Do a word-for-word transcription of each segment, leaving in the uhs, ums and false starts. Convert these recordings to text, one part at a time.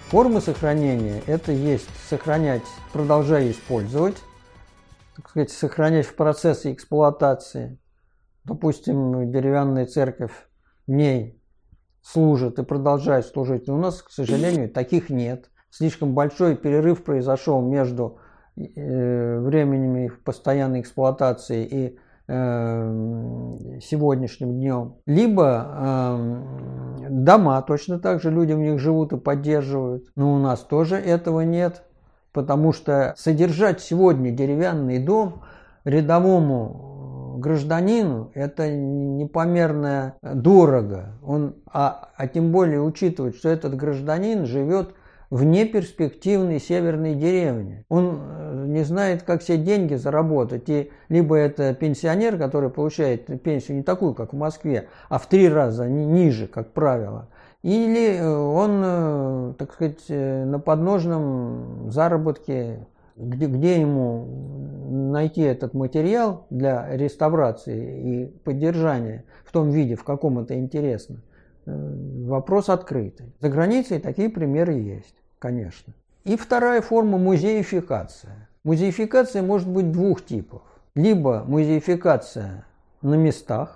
Формы сохранения – это есть сохранять, продолжая использовать, так сказать, сохранять в процессе эксплуатации. Допустим, деревянная церковь в ней служит и продолжает служить. Но у нас, к сожалению, таких нет. Слишком большой перерыв произошел между э, временем их постоянной эксплуатации и э, сегодняшним днем. Либо э, дома точно так же, люди в них живут и поддерживают. Но у нас тоже этого нет. Потому что содержать сегодня деревянный дом рядовому гражданину это непомерно дорого. Он, а, а тем более учитывать, что этот гражданин живет в неперспективной северной деревне. Он не знает, как все деньги заработать. И либо это пенсионер, который получает пенсию не такую, как в Москве, а в три раза ниже, как правило. Или он, так сказать, на подножном заработке, где, где ему найти этот материал для реставрации и поддержания в том виде, в каком это интересно. Вопрос открытый. За границей такие примеры есть, конечно. И вторая форма – музеификация. Музеификация может быть двух типов. Либо музеификация на местах,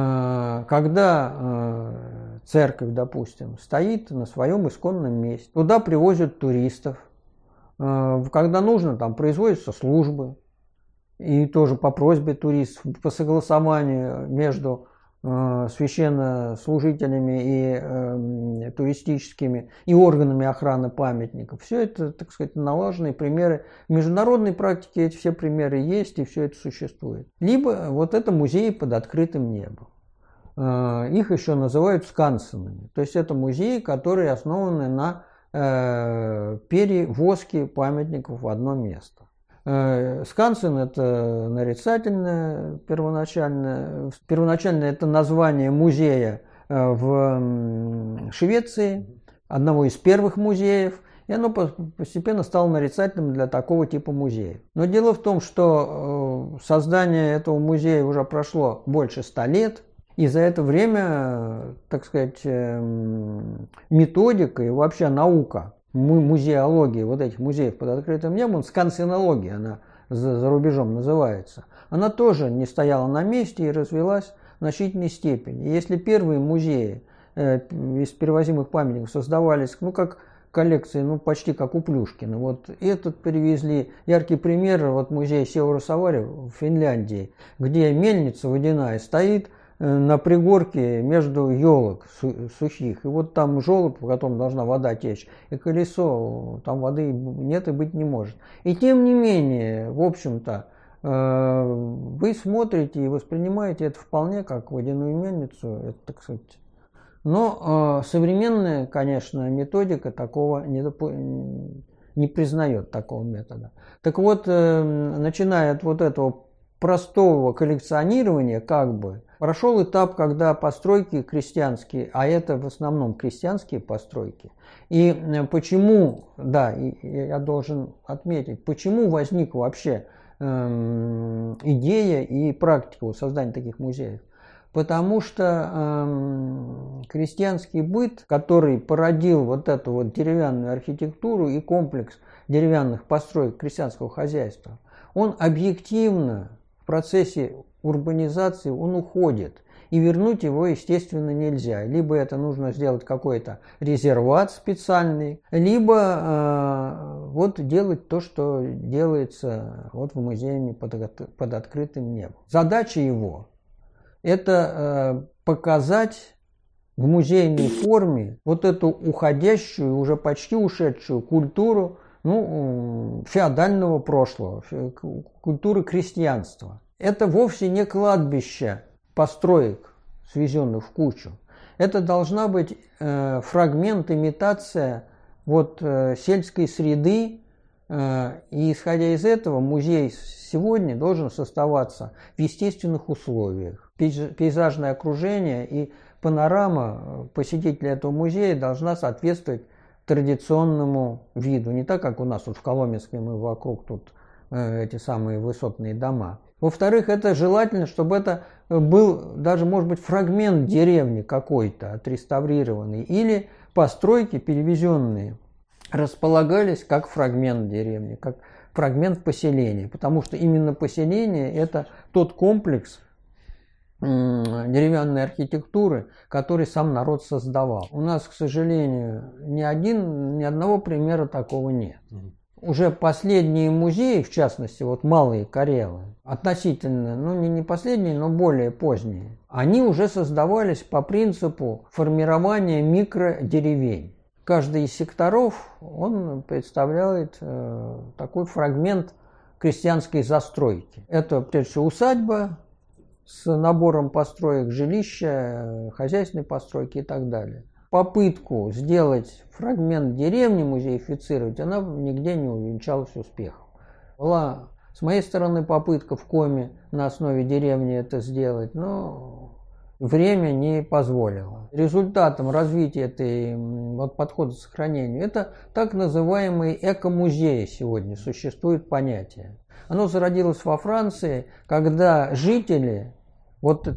когда церковь, допустим, стоит на своем исконном месте. Туда привозят туристов. Когда нужно, там производятся службы. И тоже по просьбе туристов, по согласованию между священнослужителями и э, туристическими и органами охраны памятников. Все это, так сказать, наложенные примеры. В международной практике эти все примеры есть, и все это существует. Либо вот это музеи под открытым небом. Э, их еще называют скансенами. То есть это музеи, которые основаны на э, перевозке памятников в одно место. Скансен – это нарицательное первоначально. Первоначально это название музея в Швеции, одного из первых музеев, и оно постепенно стало нарицательным для такого типа музея. Но дело в том, что создание этого музея уже прошло больше ста лет, и за это время, так сказать, методика и вообще наука, музеология вот этих музеев под открытым небом, скансенология она за, за рубежом называется, она тоже не стояла на месте и развилась в значительной степени. И если первые музеи э, из перевозимых памятников создавались, ну, как коллекции, ну, почти как у Плюшкина, вот этот перевезли, яркий пример, вот музей Северо-Савари в Финляндии, где мельница водяная стоит на пригорке между елок сухих. И вот там желоб, в котором должна вода течь, и колесо, там воды нет и быть не может. И тем не менее, в общем-то, вы смотрите и воспринимаете это вполне как водяную мельницу, это, так сказать. Но современная, конечно, методика такого не, допу... не признает такого метода. Так вот, начиная от вот этого простого коллекционирования, как бы, прошел этап, когда постройки крестьянские, а это в основном крестьянские постройки. И почему, да, я должен отметить, почему возникла вообще э, идея и практика создания таких музеев. Потому что э, крестьянский быт, который породил вот эту вот деревянную архитектуру и комплекс деревянных построек крестьянского хозяйства, он объективно в процессе урбанизации он уходит, и вернуть его, естественно, нельзя. Либо это нужно сделать какой-то резерват специальный, либо э, вот делать то, что делается вот в музее под, под открытым небом. Задача его – это э, показать в музейной форме вот эту уходящую, уже почти ушедшую культуру, ну, феодального прошлого, культуры крестьянства. Это вовсе не кладбище построек, свезенных в кучу. Это должна быть э, фрагмент, имитация вот, э, сельской среды. Э, и исходя из этого, музей сегодня должен создаваться в естественных условиях. Пейзажное окружение и панорама посетителя этого музея должна соответствовать традиционному виду. Не так, как у нас вот в Коломенске мы вокруг тут э, эти самые высотные дома. Во-вторых, это желательно, чтобы это был даже, может быть, фрагмент деревни какой-то, отреставрированный, или постройки, перевезенные располагались как фрагмент деревни, как фрагмент поселения, потому что именно поселение – это тот комплекс деревянной архитектуры, который сам народ создавал. У нас, к сожалению, ни, один, ни одного примера такого нет. Уже последние музеи, в частности, вот Малые Карелы, относительно, ну не, не последние, но более поздние, они уже создавались по принципу формирования микродеревень. Каждый из секторов, он представляет э, такой фрагмент крестьянской застройки. Это, прежде всего, усадьба с набором построек, жилища, хозяйственной постройки и так далее. Попытку сделать фрагмент деревни, музеифицировать, она нигде не увенчалась успехом. Была, с моей стороны, попытка в Коми на основе деревни это сделать, но время не позволило. Результатом развития этой вот, подхода к сохранению это так называемые эко-музеи сегодня, существует понятие. Оно зародилось во Франции, когда жители вот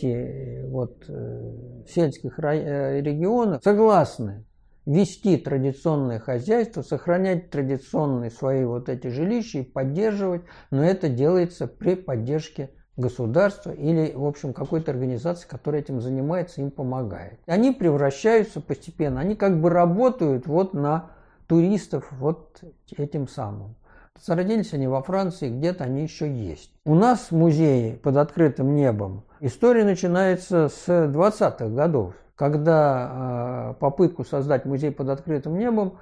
эти вот сельских регионов согласны вести традиционное хозяйство, сохранять традиционные свои вот эти жилища и поддерживать, но это делается при поддержке государства или, в общем, какой-то организации, которая этим занимается, им помогает. Они превращаются постепенно, они как бы работают вот на туристов вот этим самым. Зародились они во Франции, где-то они еще есть. У нас музеи под открытым небом. История начинается с двадцатых годов, когда э, попытку создать музей под открытым небом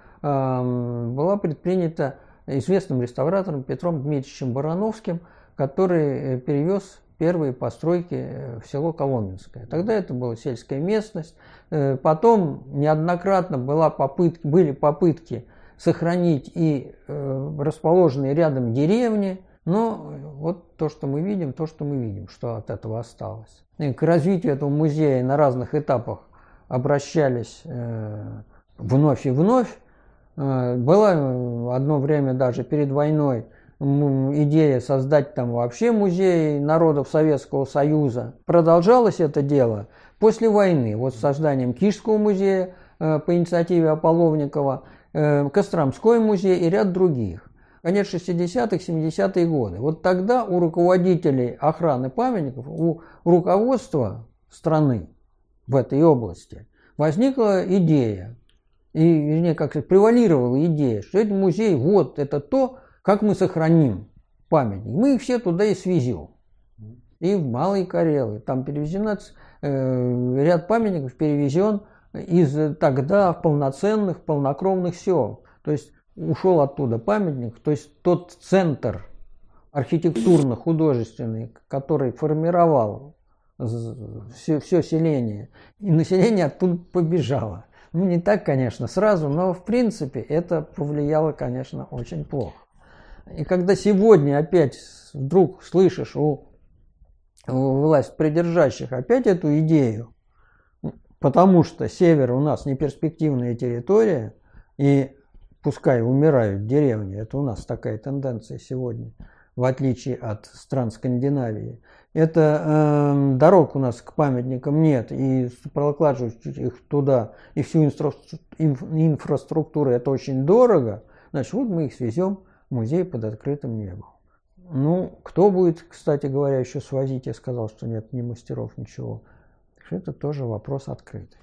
э, была предпринята известным реставратором Петром Дмитриевичем Барановским, который перевез первые постройки в село Коломенское. Тогда это была сельская местность. Потом неоднократно была попытка, были попытки сохранить и э, расположенные рядом деревни, но вот то, что мы видим, то, что мы видим, что от этого осталось. И к развитию этого музея на разных этапах обращались э, вновь и вновь. Э, была одно время даже перед войной идея создать там вообще музей народов Советского Союза. Продолжалось это дело после войны, вот с созданием Кишского музея э, по инициативе Ополовникова, Костромской музей и ряд других. Конец шестидесятых, семидесятые годы. Вот тогда у руководителей охраны памятников, у руководства страны в этой области возникла идея, и, вернее, как сказать, превалировала идея, что этот музей, вот это то, как мы сохраним памятник. Мы их все туда и свезем. И в Малые Карелы. Там перевезено, э, ряд памятников перевезен из тогда полноценных, полнокровных сел. То есть ушел оттуда памятник, то есть тот центр архитектурно-художественный, который формировал все, все селение, и население оттуда побежало. Ну, не так, конечно, сразу, но в принципе это повлияло, конечно, очень плохо. И когда сегодня опять вдруг слышишь у, у власть придержащих опять эту идею, потому что север у нас неперспективная территория, и пускай умирают деревни, это у нас такая тенденция сегодня, в отличие от стран Скандинавии. Это э, дорог у нас к памятникам нет, и прокладывать их туда, и всю инфра инфраструктуру, это очень дорого, значит, вот мы их свезем в музей под открытым небом. Ну, кто будет, кстати говоря, еще свозить, я сказал, что нет ни мастеров, ничего. Это тоже вопрос открытый.